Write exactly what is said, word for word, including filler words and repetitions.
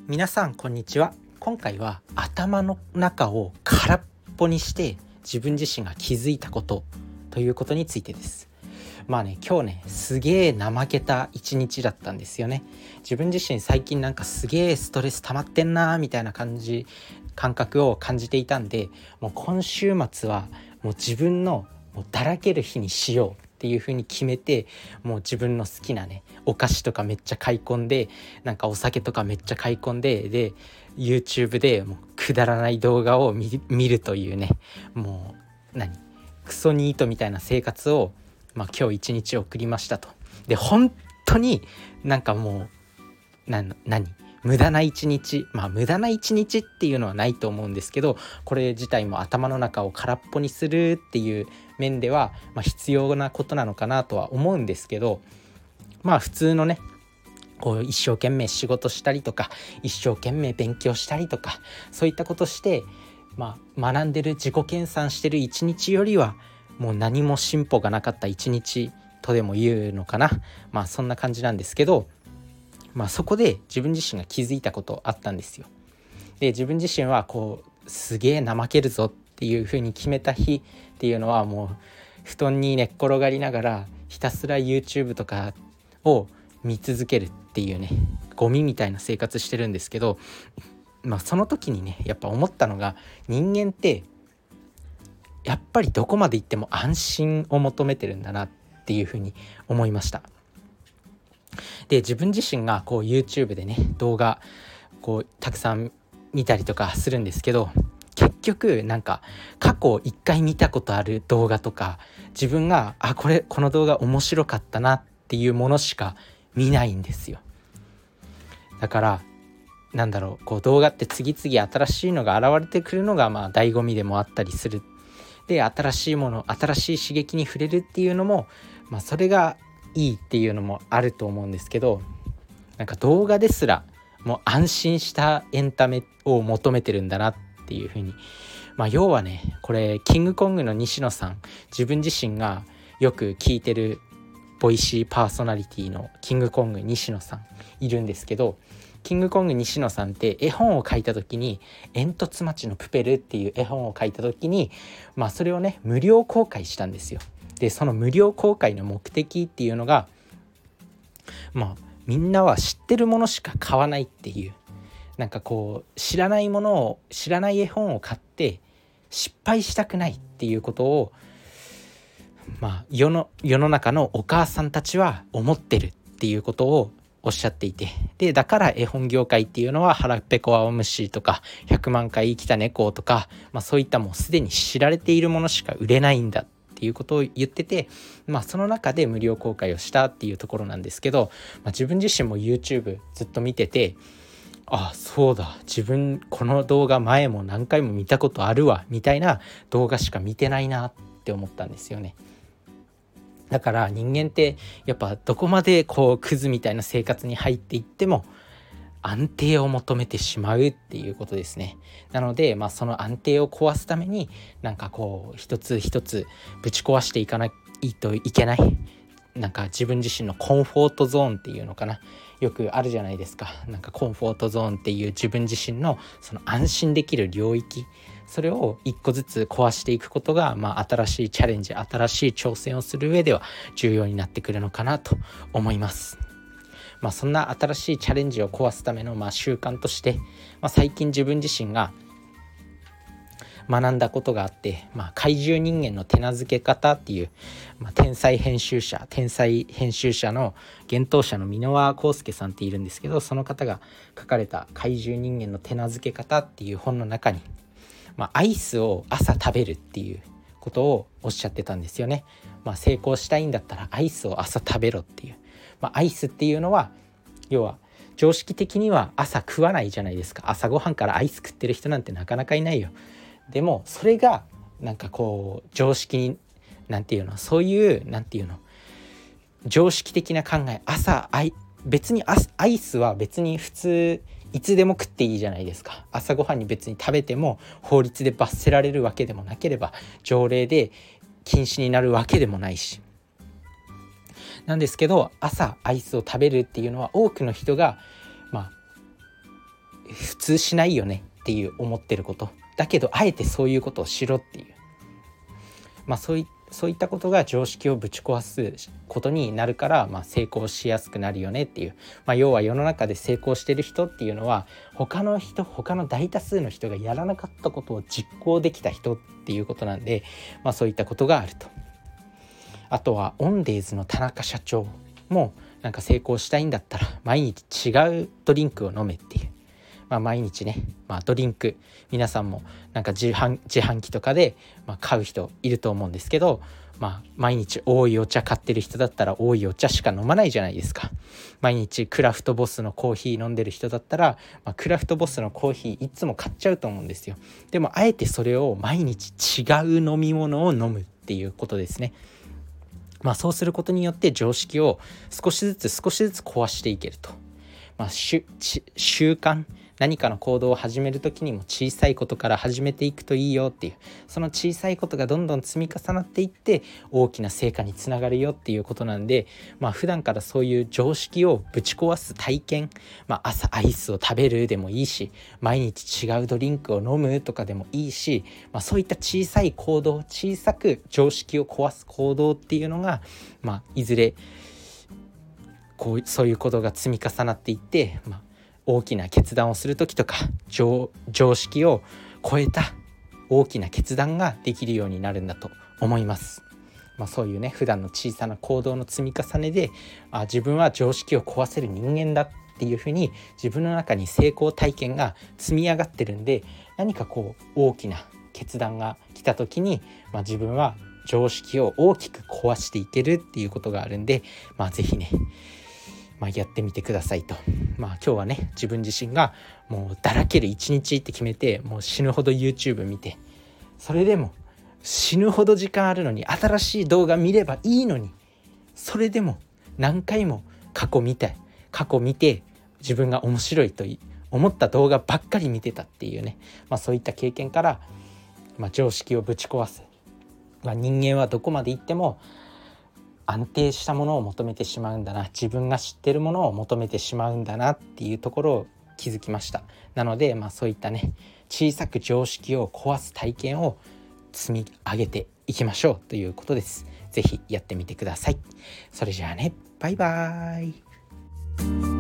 皆さんこんにちは。今回は頭の中を空っぽにして自分自身が気づいたことということについてです。まあね今日ねすげえ怠けた一日だったんですよね。自分自身最近なんかすげえストレス溜まってんなみたいな感じ感覚を感じていたんで、もう今週末はもう自分のもうだらける日にしようっていう風に決めて、もう自分の好きなねお菓子とかめっちゃ買い込んで、なんかお酒とかめっちゃ買い込んで、で YouTube でもうくだらない動画を 見, 見るというね、もう何クソニートみたいな生活を、まあ、今日一日送りましたと。で本当になんかもうな何無駄な一日、まあ無駄な一日っていうのはないと思うんですけど、これ自体も頭の中を空っぽにするっていう面では、まあ、必要なことなのかなとは思うんですけど、まあ普通のねこう一生懸命仕事したりとか一生懸命勉強したりとかそういったことして、まあ、学んでる自己研鑽してる一日よりはもう何も進歩がなかった一日とでも言うのかな。まあそんな感じなんですけど、まあそこで自分自身が気づいたことあったんですよ。で自分自身はこうすげえ怠けるぞっていう風に決めた日っていうのは、もう布団に寝っ転がりながらひたすら YouTube とかを見続けるっていうねゴミみたいな生活してるんですけど、まあその時にねやっぱ思ったのが、人間ってやっぱりどこまで行っても安心を求めてるんだなっていう風に思いました。で自分自身がこう YouTube でね動画こうたくさん見たりとかするんですけど、結局なんか過去一回見たことある動画とか、自分があこれこの動画面白かったなっていうものしか見ないんですよ。だからなんだろう、こう動画って次々新しいのが現れてくるのがまあ醍醐味でもあったりする。で新しいもの新しい刺激に触れるっていうのも、まあそれがいいっていうのもあると思うんですけど、なんか動画ですらもう安心したエンタメを求めてるんだなっていうふうに、まあ要はねこれキングコングの西野さん、自分自身がよく聞いてるボイシーパーソナリティのキングコング西野さんいるんですけど、キングコング西野さんって絵本を書いた時に煙突町のプペルっていう絵本を書いた時に、まあそれをね無料公開したんですよ。でその無料公開の目的っていうのが、まあみんなは知ってるものしか買わないっていう、なんかこう知らないものを知らない絵本を買って失敗したくないっていうことを、まあ世の世の中のお母さんたちは思ってるっていうことをおっしゃっていて、でだから絵本業界っていうのは腹っぺこ青虫とかひゃくまんかい生きた猫とか、まあ、そういったもうすでに知られているものしか売れないんだっていうことを言ってて、まあその中で無料公開をしたっていうところなんですけど、まあ、自分自身も YouTube ずっと見てて、あそうだ自分この動画前も何回も見たことあるわみたいな動画しか見てないなって思ったんですよね。だから人間ってやっぱどこまでこうクズみたいな生活に入っていっても安定を求めてしまうっていうことですね。なのでまあその安定を壊すためになんかこう一つ一つぶち壊していかないといけない、なんか自分自身のコンフォートゾーンっていうのかな、よくあるじゃないですか。なんかコンフォートゾーンっていう自分自身のその安心できる領域、それを一個ずつ壊していくことが、まあ新しいチャレンジ、新しい挑戦をする上では重要になってくるのかなと思います。まあそんな新しいチャレンジを壊すためのまあ習慣として、まあ、最近自分自身が学んだことがあって、まあ、怪獣人間の手なずけ方っていう、まあ、天才編集者天才編集者の幻冬者の箕輪康介さんっているんですけど、その方が書かれた怪獣人間の手なずけ方っていう本の中に、まあ、アイスを朝食べるっていうことをおっしゃってたんですよね。まあ、成功したいんだったらアイスを朝食べろっていう、まあ、アイスっていうのは要は常識的には朝食わないじゃないですか。朝ごはんからアイス食ってる人なんてなかなかいないよ。でもそれがなんかこう常識になんていうの、そういうなんていうの常識的な考え、朝アイ別にアイスは別に普通いつでも食っていいじゃないですか。朝ごはんに別に食べても法律で罰せられるわけでもなければ条例で禁止になるわけでもないしなんですけど、朝アイスを食べるっていうのは多くの人がまあ普通しないよねっていう思ってることだけど、あえてそういうことをしろっていう、まあそういそういったことが常識をぶち壊すことになるから、まあ、成功しやすくなるよねっていう、まあ、要は世の中で成功してる人っていうのは他の人他の大多数の人がやらなかったことを実行できた人っていうことなんで、まあ、そういったことがあると。あとはオンデイズの田中社長もなんか成功したいんだったら毎日違うドリンクを飲めっていう、まあ、毎日ね、まあ、ドリンク皆さんもなんか自販、自販機とかで、まあ、買う人いると思うんですけど、まあ、毎日多いお茶買ってる人だったら多いお茶しか飲まないじゃないですか。毎日クラフトボスのコーヒー飲んでる人だったら、まあ、クラフトボスのコーヒーいつも買っちゃうと思うんですよ。でもあえてそれを毎日違う飲み物を飲むっていうことですね。まあ、そうすることによって常識を少しずつ少しずつ壊していけると。まあ、習慣何かの行動を始める時にも小さいことから始めていくといいよっていう、その小さいことがどんどん積み重なっていって大きな成果につながるよっていうことなんで、まあ普段からそういう常識をぶち壊す体験、まあ、朝アイスを食べるでもいいし、毎日違うドリンクを飲むとかでもいいし、まあ、そういった小さい行動、小さく常識を壊す行動っていうのが、まあ、いずれこうそういうことが積み重なっていって、まあ、大きな決断をする時とか 常, 常識を超えた大きな決断ができるようになるんだと思います。まあ、そういうね普段の小さな行動の積み重ねで、あ自分は常識を壊せる人間だっていうふうに自分の中に成功体験が積み上がってるんで、何かこう大きな決断が来た時に、まあ、自分は常識を大きく壊していけるっていうことがあるんで、まあ、ぜひねまあ、やってみてくださいと。まあ今日はね自分自身がもうだらける一日って決めて、もう死ぬほど YouTube 見て、それでも死ぬほど時間あるのに新しい動画見ればいいのに、それでも何回も過去見たい過去見て自分が面白いと思った動画ばっかり見てたっていうね、まあ、そういった経験から、まあ、常識をぶち壊す、まあ、人間はどこまで行っても安定したものを求めてしまうんだな、自分が知ってるものを求めてしまうんだなっていうところを気づきました。なので、まあ、そういったね小さく常識を壊す体験を積み上げていきましょうということです。ぜひやってみてください。それじゃあね、バイバーイ。